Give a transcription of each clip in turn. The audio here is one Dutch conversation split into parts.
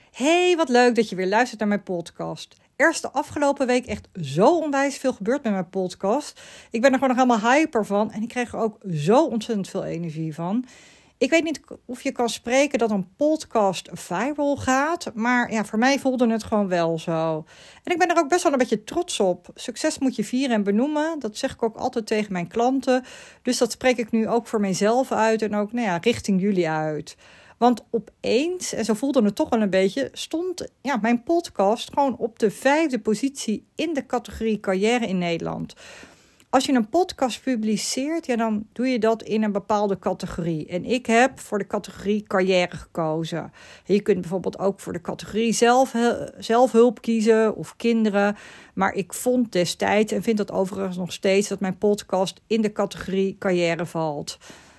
Hey, wat leuk dat je weer luistert naar mijn podcast. Er is de afgelopen week echt zo onwijs veel gebeurd met mijn podcast. Ik ben er gewoon nog helemaal hyper van en ik kreeg er ook zo ontzettend veel energie van. Ik weet niet of je kan spreken dat een podcast viral gaat, maar ja, voor mij voelde het gewoon wel zo. En ik ben er ook best wel een beetje trots op. Succes moet je vieren en benoemen. Dat zeg ik ook altijd tegen mijn klanten. Dus dat spreek ik nu ook voor mijzelf uit en ook richting jullie uit. Want opeens, en zo voelde het toch wel een beetje, stond mijn podcast gewoon op de 5e positie in de categorie carrière in Nederland. Als je een podcast publiceert, dan doe je dat in een bepaalde categorie. En ik heb voor de categorie carrière gekozen. Je kunt bijvoorbeeld ook voor de categorie zelfhulp kiezen of kinderen. Maar ik vond destijds, en vind dat overigens nog steeds, dat mijn podcast in de categorie carrière valt.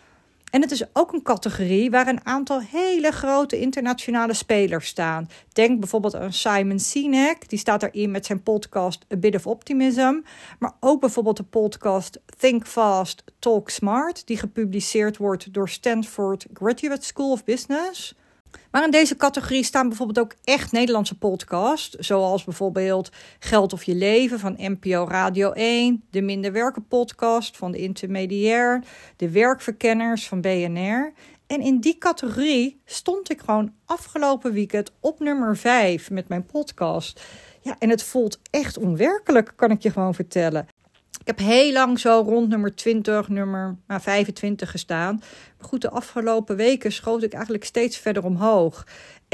En het is ook een categorie waar een aantal hele grote internationale spelers staan. Denk bijvoorbeeld aan Simon Sinek, die staat erin met zijn podcast A Bit of Optimism. Maar ook bijvoorbeeld de podcast Think Fast, Talk Smart, die gepubliceerd wordt door Stanford Graduate School of Business. Maar in deze categorie staan bijvoorbeeld ook echt Nederlandse podcasts, zoals bijvoorbeeld Geld of je leven van NPO Radio 1, de Minder Werken podcast van de Intermediair, de Werkverkenners van BNR. En in die categorie stond ik gewoon afgelopen weekend op nummer 5 met mijn podcast. Ja, en het voelt echt onwerkelijk, kan ik je gewoon vertellen. Ik heb heel lang zo rond nummer 20, nummer 25 gestaan. Maar goed, de afgelopen weken schoot ik eigenlijk steeds verder omhoog.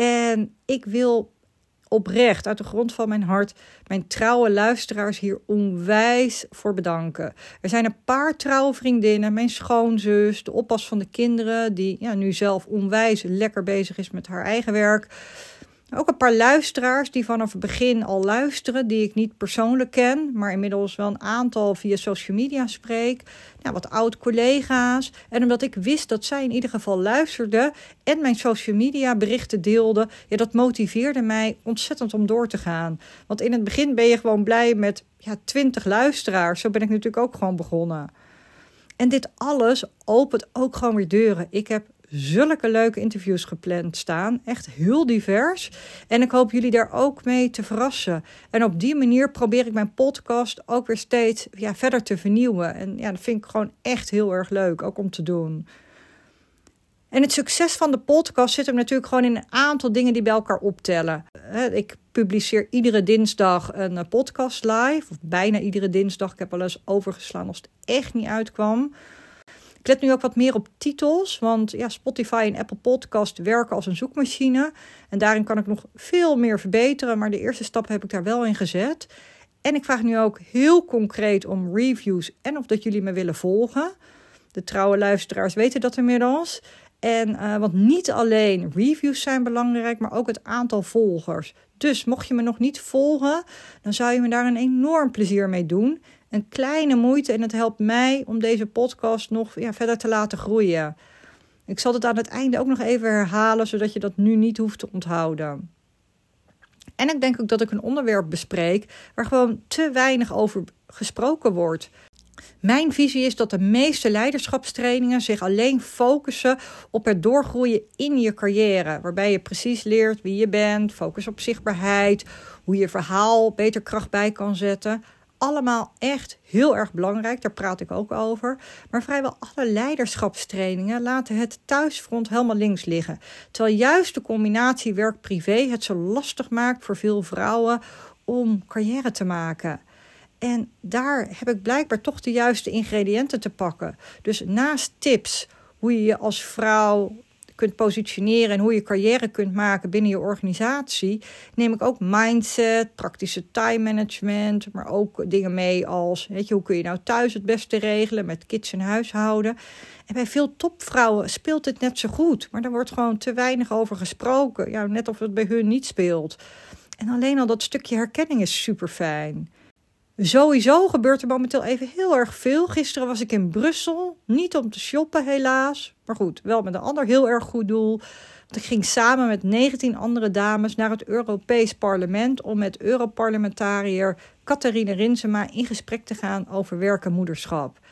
En ik wil oprecht, uit de grond van mijn hart, mijn trouwe luisteraars hier onwijs voor bedanken. Er zijn een paar trouwe vriendinnen, mijn schoonzus, de oppas van de kinderen, die nu zelf onwijs lekker bezig is met haar eigen werk. Ook een paar luisteraars die vanaf het begin al luisteren, die ik niet persoonlijk ken, maar inmiddels wel een aantal via social media spreek. Wat oud-collega's. En omdat ik wist dat zij in ieder geval luisterden en mijn social media berichten deelden, dat motiveerde mij ontzettend om door te gaan. Want in het begin ben je gewoon blij met 20 luisteraars. Zo ben ik natuurlijk ook gewoon begonnen. En dit alles opent ook gewoon weer deuren. Ik heb zulke leuke interviews gepland staan. Echt heel divers. En ik hoop jullie daar ook mee te verrassen. En op die manier probeer ik mijn podcast ook weer steeds verder te vernieuwen. En dat vind ik gewoon echt heel erg leuk, ook om te doen. En het succes van de podcast zit hem natuurlijk gewoon in een aantal dingen die bij elkaar optellen. Ik publiceer iedere dinsdag een podcast live. Of bijna iedere dinsdag. Ik heb wel eens overgeslaan als het echt niet uitkwam. Ik let nu ook wat meer op titels, want Spotify en Apple Podcast werken als een zoekmachine. En daarin kan ik nog veel meer verbeteren, maar de eerste stap heb ik daar wel in gezet. En ik vraag nu ook heel concreet om reviews en of dat jullie me willen volgen. De trouwe luisteraars weten dat inmiddels. Want niet alleen reviews zijn belangrijk, maar ook het aantal volgers. Dus mocht je me nog niet volgen, dan zou je me daar een enorm plezier mee doen. Een kleine moeite en het helpt mij om deze podcast nog verder te laten groeien. Ik zal het aan het einde ook nog even herhalen, zodat je dat nu niet hoeft te onthouden. En ik denk ook dat ik een onderwerp bespreek waar gewoon te weinig over gesproken wordt. Mijn visie is dat de meeste leiderschapstrainingen zich alleen focussen op het doorgroeien in je carrière. Waarbij je precies leert wie je bent, focus op zichtbaarheid, hoe je verhaal beter kracht bij kan zetten. Allemaal echt heel erg belangrijk, daar praat ik ook over. Maar vrijwel alle leiderschapstrainingen laten het thuisfront helemaal links liggen. Terwijl juist de combinatie werk-privé het zo lastig maakt voor veel vrouwen om carrière te maken. En daar heb ik blijkbaar toch de juiste ingrediënten te pakken. Dus naast tips hoe je je als vrouw kunt positioneren en hoe je carrière kunt maken binnen je organisatie, neem ik ook mindset, praktische time management, maar ook dingen mee als, hoe kun je nou thuis het beste regelen met kids en huishouden. En bij veel topvrouwen speelt dit net zo goed, maar daar wordt gewoon te weinig over gesproken. Net of het bij hun niet speelt. En alleen al dat stukje herkenning is super fijn. Sowieso gebeurt er momenteel even heel erg veel. Gisteren was ik in Brussel, niet om te shoppen helaas, maar goed, wel met een ander heel erg goed doel. Want ik ging samen met 19 andere dames naar het Europees Parlement om met Europarlementariër Catharina Rinsema in gesprek te gaan over werk en moederschap.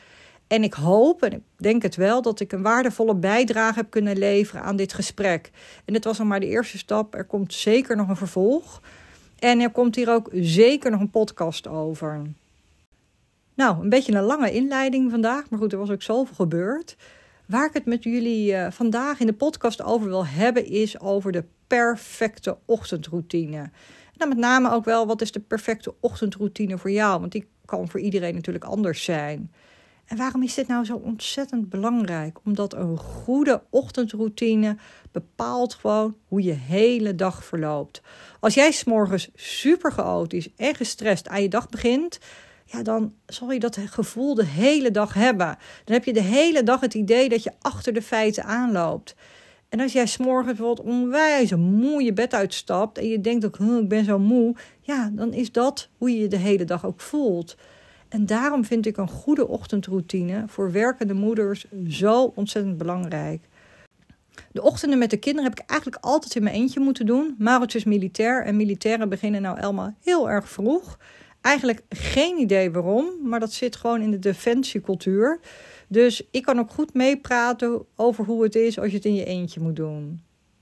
En ik hoop, en ik denk het wel, dat ik een waardevolle bijdrage heb kunnen leveren aan dit gesprek. En dit was nog maar de eerste stap. Er komt zeker nog een vervolg. En er komt hier ook zeker nog een podcast over. Nou, een beetje een lange inleiding vandaag. Maar goed, er was ook zoveel gebeurd. Waar ik het met jullie vandaag in de podcast over wil hebben, is over de perfecte ochtendroutine. En dan met name ook wel, wat is de perfecte ochtendroutine voor jou? Want die kan voor iedereen natuurlijk anders zijn. En waarom is dit nou zo ontzettend belangrijk? Omdat een goede ochtendroutine bepaalt gewoon hoe je hele dag verloopt. Als jij 's morgens super chaotisch en gestrest aan je dag begint, ja, dan zal je dat gevoel de hele dag hebben. Dan heb je de hele dag het idee dat je achter de feiten aanloopt. En als jij 's morgens bijvoorbeeld onwijs moe je bed uitstapt en je denkt ook, ik ben zo moe, ja, dan is dat hoe je je de hele dag ook voelt. En daarom vind ik een goede ochtendroutine voor werkende moeders zo ontzettend belangrijk. De ochtenden met de kinderen heb ik eigenlijk altijd in mijn eentje moeten doen. Maurits is militair en militairen beginnen nou allemaal heel erg vroeg. Eigenlijk geen idee waarom, maar dat zit gewoon in de defensiecultuur. Dus ik kan ook goed meepraten over hoe het is als je het in je eentje moet doen.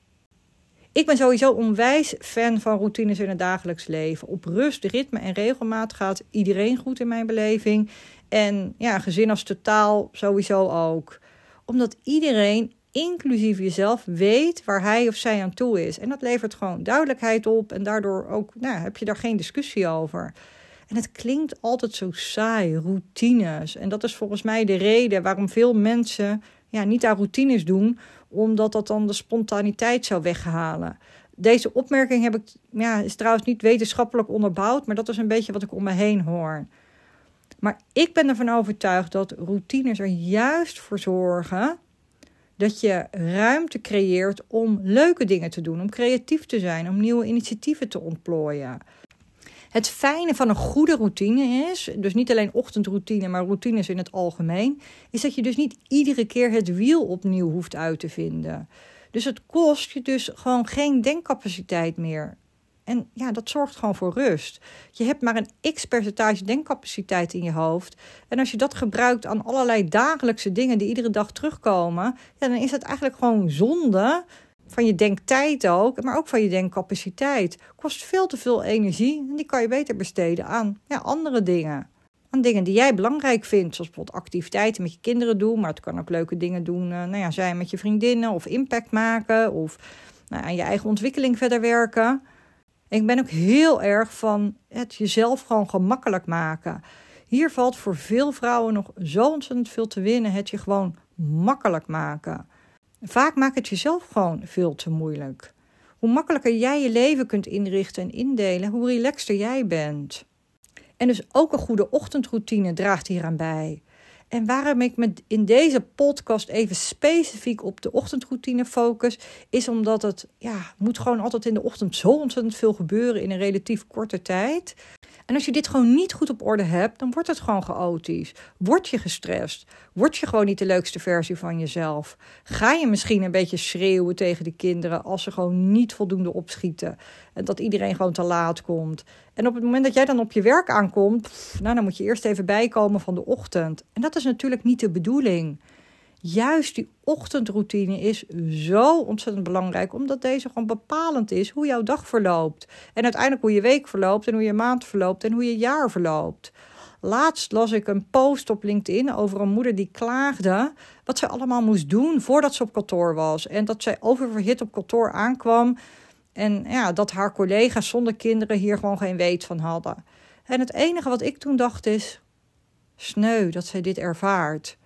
Ik ben sowieso onwijs fan van routines in het dagelijks leven. Op rust, ritme en regelmaat gaat iedereen goed in mijn beleving. En ja, gezin als totaal sowieso ook. Omdat iedereen, inclusief jezelf, weet waar hij of zij aan toe is. En dat levert gewoon duidelijkheid op en daardoor ook, heb je daar geen discussie over. En het klinkt altijd zo saai, routines. En dat is volgens mij de reden waarom veel mensen niet aan routines doen, omdat dat dan de spontaniteit zou weghalen. Deze opmerking is trouwens niet wetenschappelijk onderbouwd, maar dat is een beetje wat ik om me heen hoor. Maar ik ben ervan overtuigd dat routines er juist voor zorgen dat je ruimte creëert om leuke dingen te doen, om creatief te zijn, om nieuwe initiatieven te ontplooien. Het fijne van een goede routine is, dus niet alleen ochtendroutine, maar routines in het algemeen, is dat je dus niet iedere keer het wiel opnieuw hoeft uit te vinden. Dus het kost je dus gewoon geen denkcapaciteit meer. En ja, dat zorgt gewoon voor rust. Je hebt maar een x-percentage denkcapaciteit in je hoofd. En als je dat gebruikt aan allerlei dagelijkse dingen die iedere dag terugkomen, ja, dan is het eigenlijk gewoon zonde van je denktijd ook, maar ook van je denkcapaciteit. Kost veel te veel energie en die kan je beter besteden aan andere dingen. Aan dingen die jij belangrijk vindt, zoals bijvoorbeeld activiteiten met je kinderen doen, maar het kan ook leuke dingen doen, zijn met je vriendinnen of impact maken of aan je eigen ontwikkeling verder werken. En ik ben ook heel erg van het jezelf gewoon gemakkelijk maken. Hier valt voor veel vrouwen nog zo ontzettend veel te winnen, het je gewoon makkelijk maken. Vaak maakt het jezelf gewoon veel te moeilijk. Hoe makkelijker jij je leven kunt inrichten en indelen, hoe relaxter jij bent. En dus ook een goede ochtendroutine draagt hieraan bij. En waarom ik me in deze podcast even specifiek op de ochtendroutine focus, is omdat het moet gewoon altijd in de ochtend zo ontzettend veel gebeuren in een relatief korte tijd. En als je dit gewoon niet goed op orde hebt, dan wordt het gewoon chaotisch. Word je gestrest? Word je gewoon niet de leukste versie van jezelf? Ga je misschien een beetje schreeuwen tegen de kinderen als ze gewoon niet voldoende opschieten? En dat iedereen gewoon te laat komt. En op het moment dat jij dan op je werk aankomt, dan moet je eerst even bijkomen van de ochtend. En dat is natuurlijk niet de bedoeling. Juist die ochtendroutine is zo ontzettend belangrijk, omdat deze gewoon bepalend is hoe jouw dag verloopt. En uiteindelijk hoe je week verloopt en hoe je maand verloopt en hoe je jaar verloopt. Laatst las ik een post op LinkedIn over een moeder die klaagde wat ze allemaal moest doen voordat ze op kantoor was. En dat zij oververhit op kantoor aankwam en dat haar collega's zonder kinderen hier gewoon geen weet van hadden. En het enige wat ik toen dacht is, sneu dat zij dit ervaart.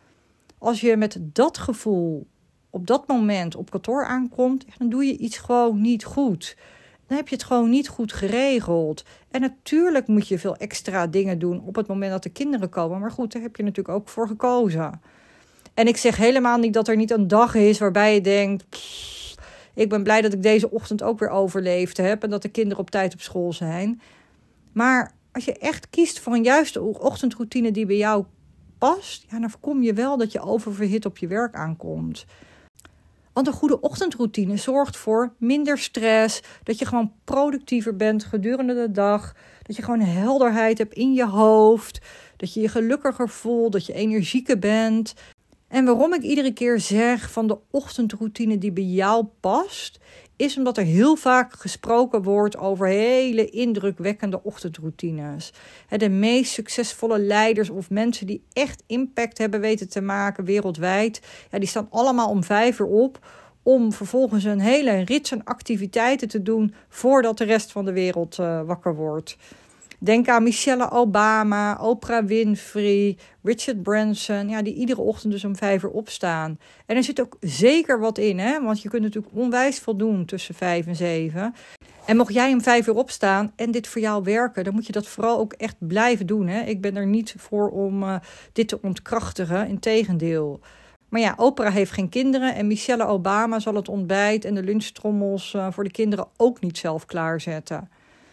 Als je met dat gevoel op dat moment op kantoor aankomt, dan doe je iets gewoon niet goed. Dan heb je het gewoon niet goed geregeld. En natuurlijk moet je veel extra dingen doen op het moment dat de kinderen komen. Maar goed, daar heb je natuurlijk ook voor gekozen. En ik zeg helemaal niet dat er niet een dag is waarbij je denkt, ik ben blij dat ik deze ochtend ook weer overleefd heb en dat de kinderen op tijd op school zijn. Maar als je echt kiest voor een juiste ochtendroutine die bij jou past, dan voorkom je wel dat je oververhit op je werk aankomt. Want een goede ochtendroutine zorgt voor minder stress, dat je gewoon productiever bent gedurende de dag, dat je gewoon helderheid hebt in je hoofd, dat je je gelukkiger voelt, dat je energieker bent. En waarom ik iedere keer zeg van de ochtendroutine die bij jou past, is omdat er heel vaak gesproken wordt over hele indrukwekkende ochtendroutines. De meest succesvolle leiders of mensen die echt impact hebben weten te maken wereldwijd, die staan allemaal om 5 uur op om vervolgens een hele rits aan activiteiten te doen voordat de rest van de wereld wakker wordt. Denk aan Michelle Obama, Oprah Winfrey, Richard Branson, die iedere ochtend dus om 5 uur opstaan. En er zit ook zeker wat in, want je kunt natuurlijk onwijs veel doen tussen 5 en 7. En mocht jij om 5 uur opstaan en dit voor jou werken, dan moet je dat vooral ook echt blijven doen. Ik ben er niet voor om dit te ontkrachtigen, integendeel. Maar ja, Oprah heeft geen kinderen en Michelle Obama zal het ontbijt en de lunchtrommels voor de kinderen ook niet zelf klaarzetten.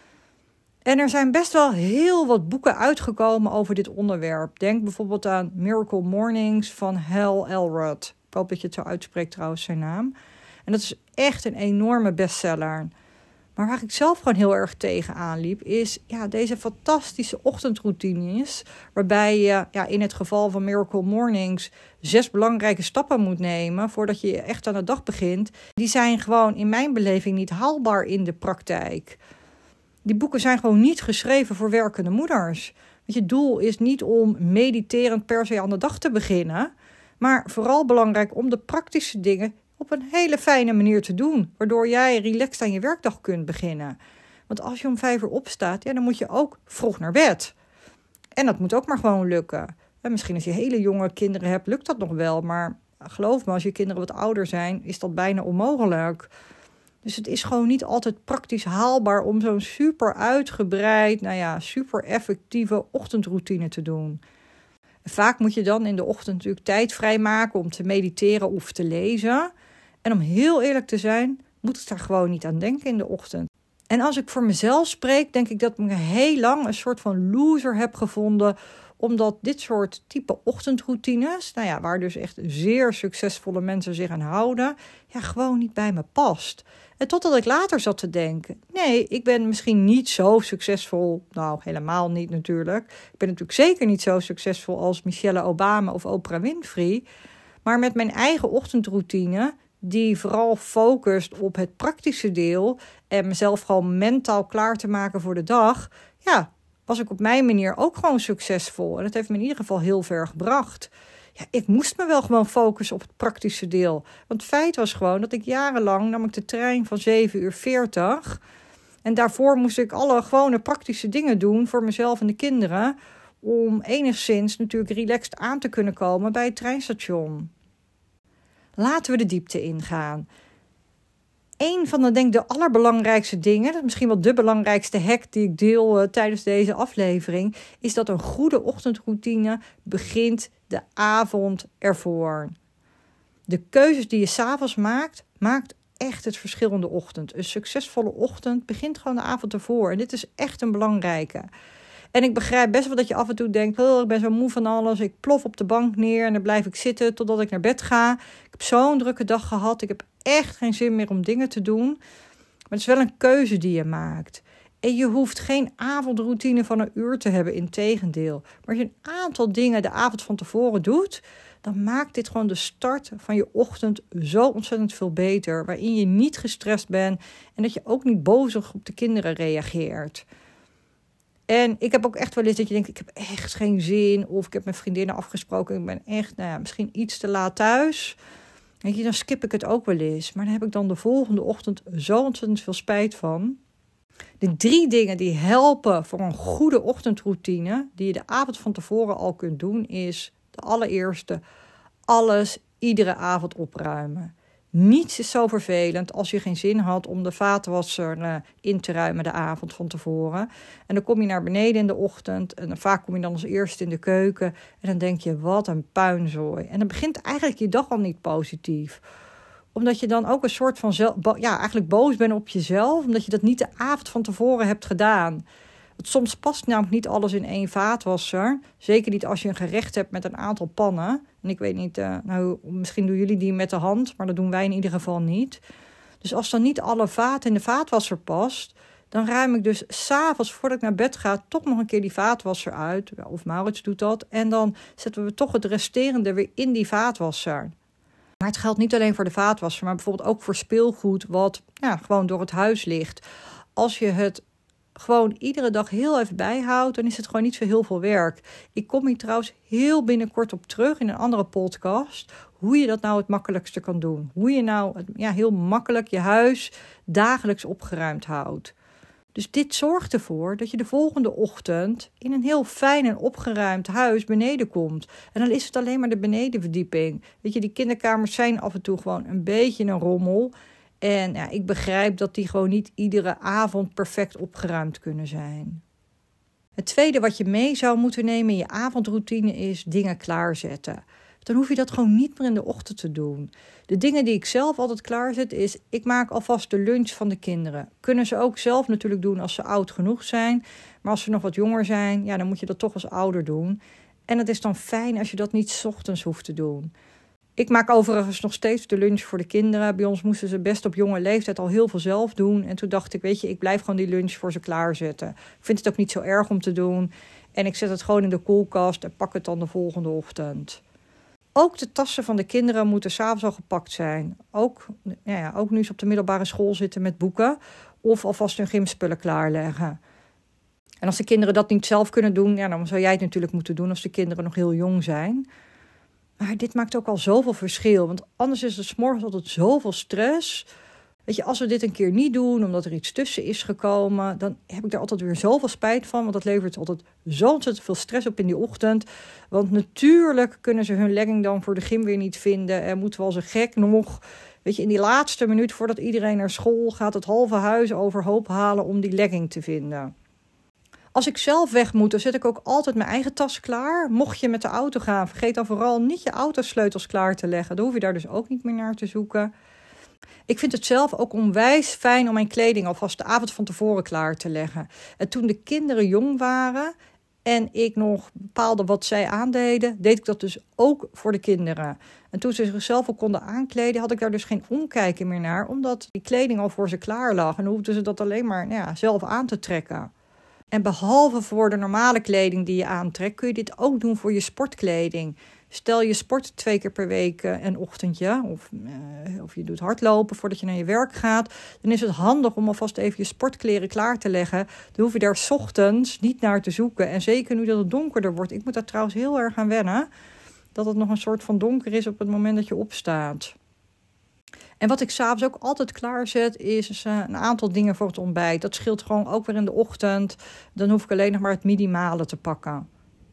En er zijn best wel heel wat boeken uitgekomen over dit onderwerp. Denk bijvoorbeeld aan Miracle Mornings van Hal Elrod. Ik hoop dat je het zo uitspreekt trouwens, zijn naam. En dat is echt een enorme bestseller. Maar waar ik zelf gewoon heel erg tegenaan liep, is deze fantastische ochtendroutines, waarbij je in het geval van Miracle Mornings 6 belangrijke stappen moet nemen voordat je echt aan de dag begint. Die zijn gewoon in mijn beleving niet haalbaar in de praktijk. Die boeken zijn gewoon niet geschreven voor werkende moeders. Want je doel is niet om mediterend per se aan de dag te beginnen, maar vooral belangrijk om de praktische dingen op een hele fijne manier te doen, waardoor jij relaxed aan je werkdag kunt beginnen. Want als je om 5 uur opstaat, dan moet je ook vroeg naar bed. En dat moet ook maar gewoon lukken. En misschien als je hele jonge kinderen hebt, lukt dat nog wel, maar geloof me, als je kinderen wat ouder zijn, is dat bijna onmogelijk. Dus het is gewoon niet altijd praktisch haalbaar om zo'n super uitgebreid, super effectieve ochtendroutine te doen. Vaak moet je dan in de ochtend natuurlijk tijd vrijmaken om te mediteren of te lezen. En om heel eerlijk te zijn, moet ik daar gewoon niet aan denken in de ochtend. En als ik voor mezelf spreek, denk ik dat ik heel lang een soort van loser heb gevonden, omdat dit soort type ochtendroutines, waar dus echt zeer succesvolle mensen zich aan houden, gewoon niet bij me past. En totdat ik later zat te denken, nee, ik ben misschien niet zo succesvol, helemaal niet natuurlijk. Ik ben natuurlijk zeker niet zo succesvol als Michelle Obama of Oprah Winfrey, maar met mijn eigen ochtendroutine, die vooral focust op het praktische deel en mezelf gewoon mentaal klaar te maken voor de dag, was ik op mijn manier ook gewoon succesvol. En dat heeft me in ieder geval heel ver gebracht. Ik moest me wel gewoon focussen op het praktische deel. Want het feit was gewoon dat ik jarenlang nam ik de trein van 7:40. En daarvoor moest ik alle gewone praktische dingen doen voor mezelf en de kinderen, om enigszins natuurlijk relaxed aan te kunnen komen bij het treinstation. Laten we de diepte ingaan. Een van de allerbelangrijkste dingen, dat is misschien wel de belangrijkste hack die ik deel tijdens deze aflevering, is dat een goede ochtendroutine begint de avond ervoor. De keuzes die je 's avonds maakt echt het verschil in de ochtend. Een succesvolle ochtend begint gewoon de avond ervoor. En dit is echt een belangrijke. En ik begrijp best wel dat je af en toe denkt, ik ben zo moe van alles. Ik plof op de bank neer en dan blijf ik zitten totdat ik naar bed ga. Ik heb zo'n drukke dag gehad. Ik heb echt geen zin meer om dingen te doen. Maar het is wel een keuze die je maakt. En je hoeft geen avondroutine van 1 uur te hebben, integendeel. Maar als je een aantal dingen de avond van tevoren doet, dan maakt dit gewoon de start van je ochtend zo ontzettend veel beter. Waarin je niet gestrest bent en dat je ook niet bozig op de kinderen reageert. En ik heb ook echt wel eens dat je denkt, ik heb echt geen zin. Of ik heb met vriendinnen afgesproken, ik ben echt misschien iets te laat thuis. Weet je, dan skip ik het ook wel eens. Maar dan heb ik dan de volgende ochtend zo ontzettend veel spijt van. De 3 dingen die helpen voor een goede ochtendroutine, die je de avond van tevoren al kunt doen, is de allereerste, alles iedere avond opruimen. Niets is zo vervelend als je geen zin had om de vaatwasser in te ruimen de avond van tevoren. En dan kom je naar beneden in de ochtend en vaak kom je dan als eerste in de keuken. En dan denk je, wat een puinzooi. En dan begint eigenlijk je dag al niet positief. Omdat je dan ook een soort van eigenlijk boos bent op jezelf, omdat je dat niet de avond van tevoren hebt gedaan. Want soms past namelijk niet alles in één vaatwasser. Zeker niet als je een gerecht hebt met een aantal pannen. En ik weet niet, misschien doen jullie die met de hand, maar dat doen wij in ieder geval niet. Dus als dan niet alle vaat in de vaatwasser past, dan ruim ik dus 's avonds voordat ik naar bed ga toch nog een keer die vaatwasser uit. Of Maurits doet dat. En dan zetten we toch het resterende weer in die vaatwasser. Maar het geldt niet alleen voor de vaatwasser, maar bijvoorbeeld ook voor speelgoed wat gewoon door het huis ligt. Als je het gewoon iedere dag heel even bijhoudt, dan is het gewoon niet zo heel veel werk. Ik kom hier trouwens heel binnenkort op terug in een andere podcast, hoe je dat nou het makkelijkste kan doen. Hoe je nou heel makkelijk je huis dagelijks opgeruimd houdt. Dus dit zorgt ervoor dat je de volgende ochtend in een heel fijn en opgeruimd huis beneden komt. En dan is het alleen maar de benedenverdieping. Weet je, die kinderkamers zijn af en toe gewoon een beetje een rommel. En ik begrijp dat die gewoon niet iedere avond perfect opgeruimd kunnen zijn. Het tweede wat je mee zou moeten nemen in je avondroutine is dingen klaarzetten. Dan hoef je dat gewoon niet meer in de ochtend te doen. De dingen die ik zelf altijd klaarzet is, ik maak alvast de lunch van de kinderen. Kunnen ze ook zelf natuurlijk doen als ze oud genoeg zijn. Maar als ze nog wat jonger zijn, dan moet je dat toch als ouder doen. En het is dan fijn als je dat niet 's ochtends hoeft te doen. Ik maak overigens nog steeds de lunch voor de kinderen. Bij ons moesten ze best op jonge leeftijd al heel veel zelf doen. En toen dacht ik, ik blijf gewoon die lunch voor ze klaarzetten. Ik vind het ook niet zo erg om te doen. En ik zet het gewoon in de koelkast en pak het dan de volgende ochtend. Ook de tassen van de kinderen moeten 's avonds al gepakt zijn. Ook nu ze op de middelbare school zitten met boeken. Of alvast hun gymspullen klaarleggen. En als de kinderen dat niet zelf kunnen doen, dan zou jij het natuurlijk moeten doen als de kinderen nog heel jong zijn. Maar dit maakt ook al zoveel verschil. Want anders is het 's morgens altijd zoveel stress. Weet je, als we dit een keer niet doen, omdat er iets tussen is gekomen, dan heb ik daar altijd weer zoveel spijt van. Want dat levert altijd zo ontzettend veel stress op in die ochtend. Want natuurlijk kunnen ze hun legging dan voor de gym weer niet vinden. En moeten we als een gek nog, in die laatste minuut voordat iedereen naar school gaat, het halve huis overhoop halen om die legging te vinden. Als ik zelf weg moet, dan zet ik ook altijd mijn eigen tas klaar. Mocht je met de auto gaan, vergeet dan vooral niet je autosleutels klaar te leggen. Dan hoef je daar dus ook niet meer naar te zoeken. Ik vind het zelf ook onwijs fijn om mijn kleding alvast de avond van tevoren klaar te leggen. En toen de kinderen jong waren en ik nog bepaalde wat zij aandeden, deed ik dat dus ook voor de kinderen. En toen ze zichzelf al konden aankleden, had ik daar dus geen omkijken meer naar, omdat die kleding al voor ze klaar lag. En dan hoefden ze dat alleen maar zelf aan te trekken. En behalve voor de normale kleding die je aantrekt, kun je dit ook doen voor je sportkleding. Stel je sport 2 keer per week een ochtendje, of je doet hardlopen voordat je naar je werk gaat, dan is het handig om alvast even je sportkleren klaar te leggen. Dan hoef je daar 's ochtends niet naar te zoeken. En zeker nu dat het donkerder wordt. Ik moet daar trouwens heel erg aan wennen, dat het nog een soort van donker is op het moment dat je opstaat. En wat ik 's avonds ook altijd klaarzet, is een aantal dingen voor het ontbijt. Dat scheelt gewoon ook weer in de ochtend. Dan hoef ik alleen nog maar het minimale te pakken.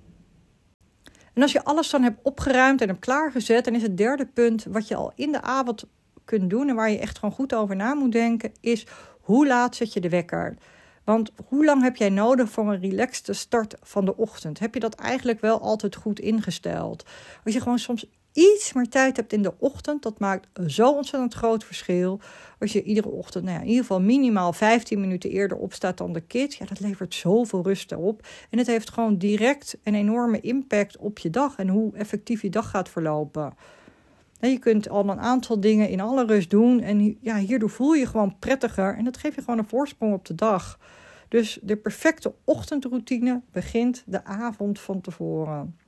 En als je alles dan hebt opgeruimd en hebt klaargezet, dan is het derde punt wat je al in de avond kunt doen en waar je echt gewoon goed over na moet denken, is hoe laat zet je de wekker? Want hoe lang heb jij nodig voor een relaxte start van de ochtend? Heb je dat eigenlijk wel altijd goed ingesteld? Als je gewoon soms iets meer tijd hebt in de ochtend, dat maakt zo ontzettend groot verschil. Als je iedere ochtend, in ieder geval minimaal 15 minuten eerder opstaat dan de kids, dat levert zoveel rust op. En het heeft gewoon direct een enorme impact op je dag en hoe effectief je dag gaat verlopen. Je kunt al een aantal dingen in alle rust doen en hierdoor voel je je gewoon prettiger en dat geeft je gewoon een voorsprong op de dag. Dus de perfecte ochtendroutine begint de avond van tevoren.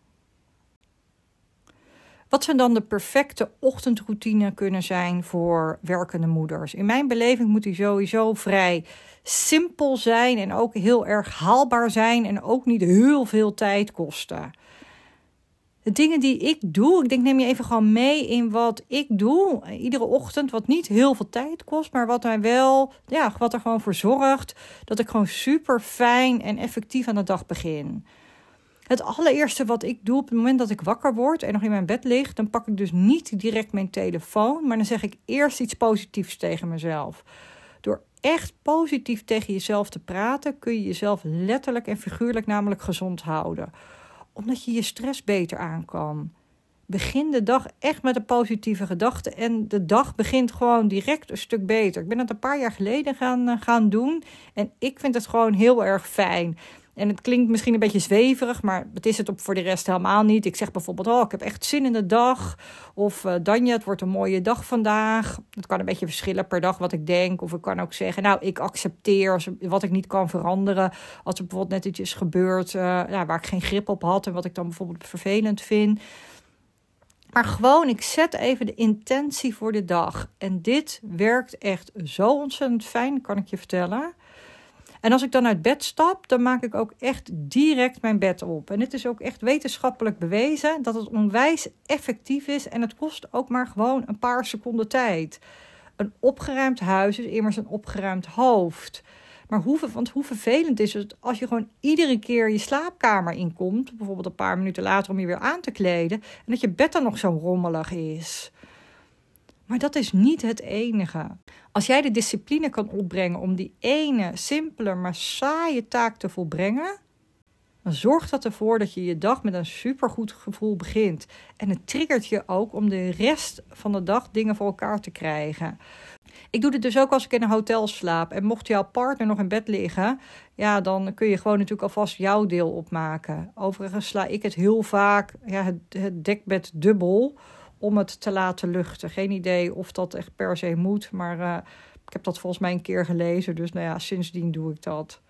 Wat zijn dan de perfecte ochtendroutine kunnen zijn voor werkende moeders? In mijn beleving moet die sowieso vrij simpel zijn en ook heel erg haalbaar zijn en ook niet heel veel tijd kosten. De dingen die ik doe, neem je even gewoon mee in wat ik doe iedere ochtend, wat niet heel veel tijd kost, maar wat mij wel, wat er gewoon voor zorgt dat ik gewoon super fijn en effectief aan de dag begin. Het allereerste wat ik doe op het moment dat ik wakker word en nog in mijn bed lig, dan pak ik dus niet direct mijn telefoon, maar dan zeg ik eerst iets positiefs tegen mezelf. Door echt positief tegen jezelf te praten, kun je jezelf letterlijk en figuurlijk namelijk gezond houden. Omdat je je stress beter aan kan. begin de dag echt met een positieve gedachte. En de dag begint gewoon direct een stuk beter. Ik ben het een paar jaar geleden gaan doen. En ik vind het gewoon heel erg fijn. En het klinkt misschien een beetje zweverig, maar het is het voor de rest helemaal niet. Ik zeg bijvoorbeeld, ik heb echt zin in de dag. Of Danja, het wordt een mooie dag vandaag. Het kan een beetje verschillen per dag wat ik denk. Of ik kan ook zeggen, ik accepteer wat ik niet kan veranderen. Als er bijvoorbeeld net iets is gebeurd waar ik geen grip op had. En wat ik dan bijvoorbeeld vervelend vind. Maar gewoon, ik zet even de intentie voor de dag. En dit werkt echt zo ontzettend fijn, kan ik je vertellen. En als ik dan uit bed stap, dan maak ik ook echt direct mijn bed op. En het is ook echt wetenschappelijk bewezen dat het onwijs effectief is. En het kost ook maar gewoon een paar seconden tijd. Een opgeruimd huis is immers een opgeruimd hoofd. Maar hoe vervelend is het als je gewoon iedere keer je slaapkamer inkomt. Bijvoorbeeld een paar minuten later om je weer aan te kleden. En dat je bed dan nog zo rommelig is. Maar dat is niet het enige. Als jij de discipline kan opbrengen om die ene, simpele, maar saaie taak te volbrengen, dan zorgt dat ervoor dat je je dag met een supergoed gevoel begint. En het triggert je ook om de rest van de dag dingen voor elkaar te krijgen. Ik doe dit dus ook als ik in een hotel slaap. En mocht jouw partner nog in bed liggen, dan kun je gewoon natuurlijk alvast jouw deel opmaken. Overigens sla ik het heel vaak, het dekbed dubbel, om het te laten luchten. Geen idee of dat echt per se moet, maar ik heb dat volgens mij een keer gelezen. Dus sindsdien doe ik dat.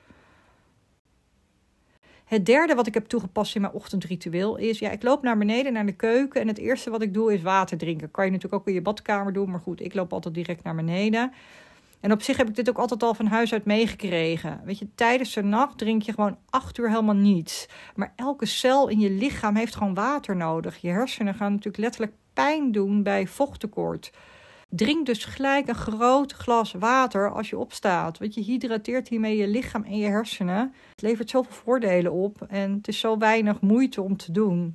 Het derde wat ik heb toegepast in mijn ochtendritueel is, ik loop naar beneden naar de keuken en het eerste wat ik doe is water drinken. Kan je natuurlijk ook in je badkamer doen, maar goed, ik loop altijd direct naar beneden. En op zich heb ik dit ook altijd al van huis uit meegekregen. Weet je, tijdens de nacht drink je gewoon 8 uur helemaal niets. Maar elke cel in je lichaam heeft gewoon water nodig. Je hersenen gaan natuurlijk letterlijk pijn doen bij vochttekort. Drink dus gelijk een groot glas water als je opstaat. Want je hydrateert hiermee je lichaam en je hersenen. Het levert zoveel voordelen op en het is zo weinig moeite om te doen.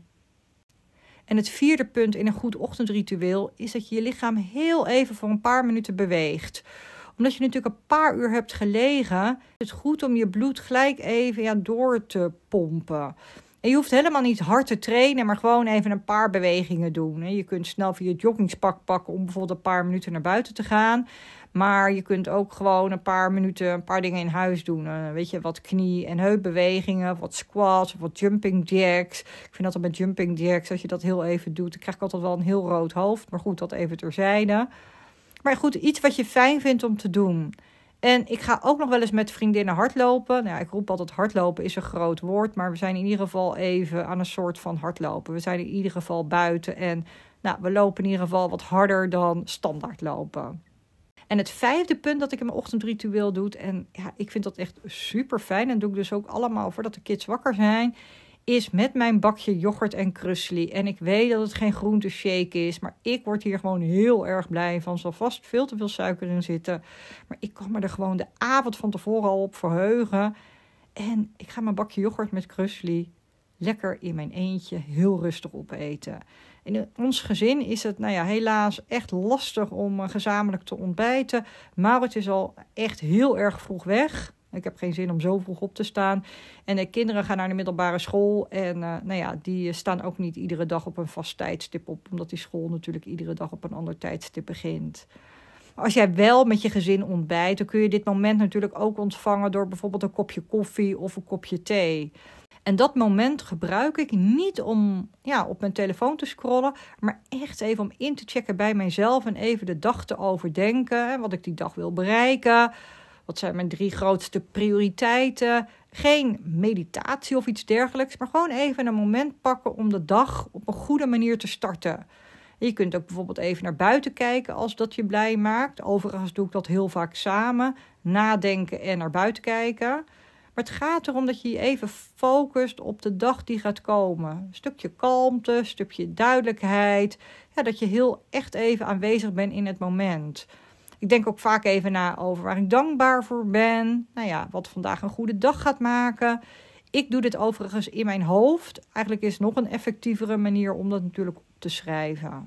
En het vierde punt in een goed ochtendritueel is dat je je lichaam heel even voor een paar minuten beweegt. Omdat je natuurlijk een paar uur hebt gelegen, is het goed om je bloed gelijk even door te pompen. En je hoeft helemaal niet hard te trainen, maar gewoon even een paar bewegingen doen. Je kunt snel via het joggingspak pakken om bijvoorbeeld een paar minuten naar buiten te gaan. Maar je kunt ook gewoon een paar minuten een paar dingen in huis doen. Wat knie- en heupbewegingen, wat squats, wat jumping jacks. Ik vind dat met jumping jacks, als je dat heel even doet, dan krijg ik altijd wel een heel rood hoofd. Maar goed, dat even terzijde. Maar goed, iets wat je fijn vindt om te doen. En ik ga ook nog wel eens met vriendinnen hardlopen. Ik roep altijd hardlopen is een groot woord. Maar we zijn in ieder geval even aan een soort van hardlopen. We zijn in ieder geval buiten. En we lopen in ieder geval wat harder dan standaard lopen. En het vijfde punt dat ik in mijn ochtendritueel doe. En ik vind dat echt super fijn. En doe ik dus ook allemaal voordat de kids wakker zijn. Is met mijn bakje yoghurt en krusli. En ik weet dat het geen groenteshake is. Maar ik word hier gewoon heel erg blij van. Er zal vast veel te veel suiker in zitten. Maar ik kan me er gewoon de avond van tevoren al op verheugen. En ik ga mijn bakje yoghurt met krusli lekker in mijn eentje heel rustig opeten. In ons gezin is het helaas echt lastig om gezamenlijk te ontbijten. Maurits is al echt heel erg vroeg weg. Ik heb geen zin om zo vroeg op te staan. En de kinderen gaan naar de middelbare school. En die staan ook niet iedere dag op een vast tijdstip op. Omdat die school natuurlijk iedere dag op een ander tijdstip begint. Maar als jij wel met je gezin ontbijt, dan kun je dit moment natuurlijk ook ontvangen door bijvoorbeeld een kopje koffie of een kopje thee. En dat moment gebruik ik niet om op mijn telefoon te scrollen, maar echt even om in te checken bij mijzelf en even de dag te overdenken. Wat ik die dag wil bereiken. Wat zijn mijn 3 grootste prioriteiten? Geen meditatie of iets dergelijks, maar gewoon even een moment pakken om de dag op een goede manier te starten. Je kunt ook bijvoorbeeld even naar buiten kijken als dat je blij maakt. Overigens doe ik dat heel vaak samen. Nadenken en naar buiten kijken. Maar het gaat erom dat je je even focust op de dag die gaat komen. Een stukje kalmte, een stukje duidelijkheid. Dat je heel echt even aanwezig bent in het moment. Ik denk ook vaak even na over waar ik dankbaar voor ben. Wat vandaag een goede dag gaat maken. Ik doe dit overigens in mijn hoofd. Eigenlijk is het nog een effectievere manier om dat natuurlijk op te schrijven.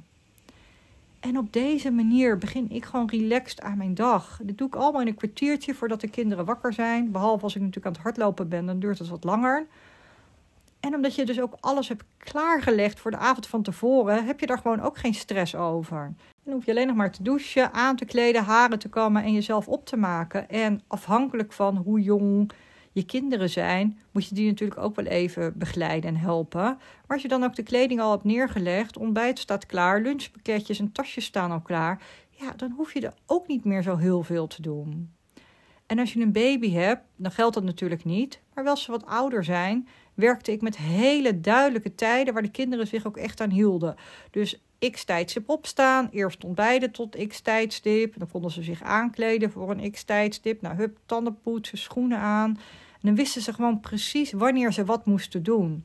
En op deze manier begin ik gewoon relaxed aan mijn dag. Dit doe ik allemaal in een kwartiertje voordat de kinderen wakker zijn. Behalve als ik natuurlijk aan het hardlopen ben, dan duurt het wat langer. En omdat je dus ook alles hebt klaargelegd voor de avond van tevoren, heb je daar gewoon ook geen stress over. Dan hoef je alleen nog maar te douchen, aan te kleden, haren te kammen en jezelf op te maken. En afhankelijk van hoe jong je kinderen zijn, moet je die natuurlijk ook wel even begeleiden en helpen. Maar als je dan ook de kleding al hebt neergelegd, ontbijt staat klaar, lunchpakketjes en tasjes staan al klaar, ja, dan hoef je er ook niet meer zo heel veel te doen. En als je een baby hebt, dan geldt dat natuurlijk niet. Maar wel als ze wat ouder zijn, werkte ik met hele duidelijke tijden waar de kinderen zich ook echt aan hielden. Dus x-tijdstip opstaan, eerst ontbijten tot x-tijdstip. Dan konden ze zich aankleden voor een x-tijdstip. Nou, hup, tanden poetsen, schoenen aan. En dan wisten ze gewoon precies wanneer ze wat moesten doen.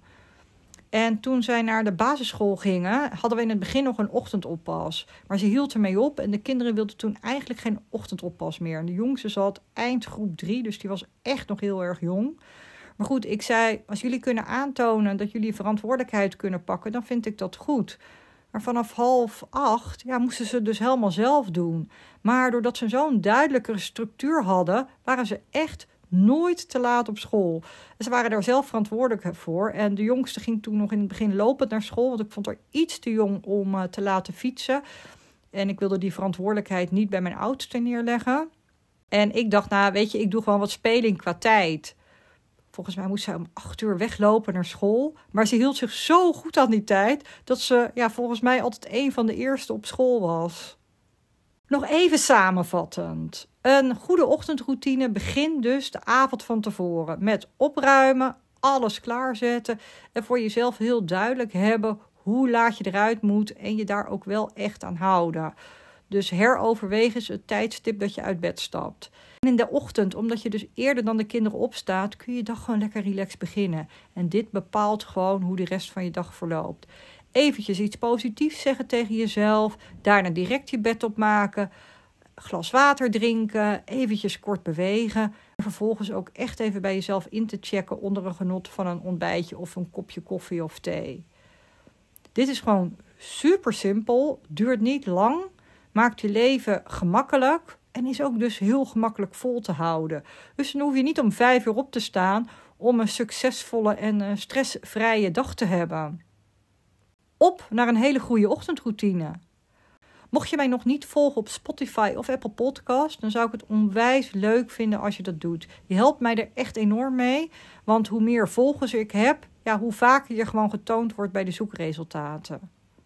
En toen zij naar de basisschool gingen, hadden we in het begin nog een ochtendoppas. Maar ze hield ermee op en de kinderen wilden toen eigenlijk geen ochtendoppas meer. En de jongste zat eind groep 3, dus die was echt nog heel erg jong. Maar goed, ik zei, als jullie kunnen aantonen dat jullie verantwoordelijkheid kunnen pakken, dan vind ik dat goed. Maar vanaf 7:30, ja, moesten ze dus helemaal zelf doen. Maar doordat ze zo'n duidelijkere structuur hadden, waren ze echt nooit te laat op school. Ze waren daar zelf verantwoordelijk voor. En de jongste ging toen nog in het begin lopend naar school, want ik vond haar iets te jong om te laten fietsen. En ik wilde die verantwoordelijkheid niet bij mijn oudste neerleggen. En ik dacht, nou weet je, ik doe gewoon wat speling qua tijd. Volgens mij moest zij om 8:00 weglopen naar school. Maar ze hield zich zo goed aan die tijd dat ze volgens mij altijd een van de eerste op school was. Nog even samenvattend. Een goede ochtendroutine begint dus de avond van tevoren met opruimen, alles klaarzetten en voor jezelf heel duidelijk hebben hoe laat je eruit moet en je daar ook wel echt aan houden. Dus heroverweeg eens het tijdstip dat je uit bed stapt. En in de ochtend, omdat je dus eerder dan de kinderen opstaat, kun je dag gewoon lekker relaxed beginnen. En dit bepaalt gewoon hoe de rest van je dag verloopt. Eventjes iets positiefs zeggen tegen jezelf, daarna direct je bed opmaken, glas water drinken, eventjes kort bewegen. En vervolgens ook echt even bij jezelf in te checken onder een genot van een ontbijtje of een kopje koffie of thee. Dit is gewoon super simpel, duurt niet lang, maakt je leven gemakkelijk en is ook dus heel gemakkelijk vol te houden. Dus dan hoef je niet om 5:00 op te staan om een succesvolle en stressvrije dag te hebben. Op naar een hele goede ochtendroutine. Mocht je mij nog niet volgen op Spotify of Apple Podcast, dan zou ik het onwijs leuk vinden als je dat doet. Je helpt mij er echt enorm mee, want hoe meer volgers ik heb, hoe vaker je gewoon getoond wordt bij de zoekresultaten.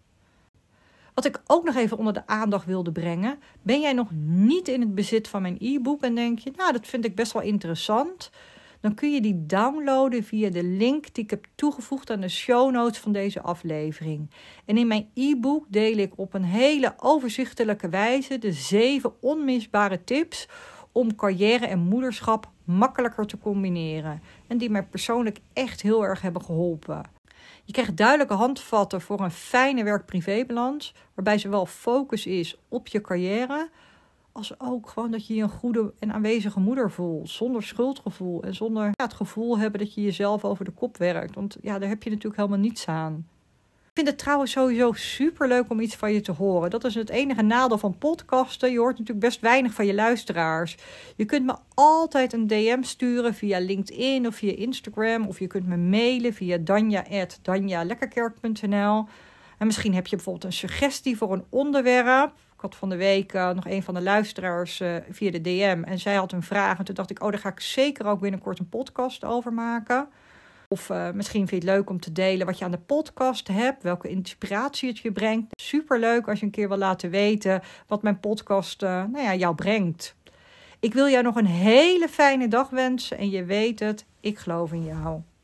Wat ik ook nog even onder de aandacht wilde brengen, ben jij nog niet in het bezit van mijn e-book en denk je, nou dat vind ik best wel interessant, dan kun je die downloaden via de link die ik heb toegevoegd aan de show notes van deze aflevering. En in mijn e-book deel ik op een hele overzichtelijke wijze de 7 onmisbare tips om carrière en moederschap makkelijker te combineren. En die mij persoonlijk echt heel erg hebben geholpen. Je krijgt duidelijke handvatten voor een fijne werk-privébalans, waarbij zowel focus is op je carrière, als ook gewoon dat je je een goede en aanwezige moeder voelt. Zonder schuldgevoel en zonder het gevoel hebben dat je jezelf over de kop werkt. Want daar heb je natuurlijk helemaal niets aan. Ik vind het trouwens sowieso superleuk om iets van je te horen. Dat is het enige nadeel van podcasten. Je hoort natuurlijk best weinig van je luisteraars. Je kunt me altijd een DM sturen via LinkedIn of via Instagram. Of je kunt me mailen via danja@danjalekkerkerk.nl. En misschien heb je bijvoorbeeld een suggestie voor een onderwerp. Ik had van de week nog een van de luisteraars via de DM. En zij had een vraag. En toen dacht ik, daar ga ik zeker ook binnenkort een podcast over maken. Of misschien vind je het leuk om te delen wat je aan de podcast hebt. Welke inspiratie het je brengt. Superleuk als je een keer wil laten weten wat mijn podcast jou brengt. Ik wil jou nog een hele fijne dag wensen. En je weet het, ik geloof in jou.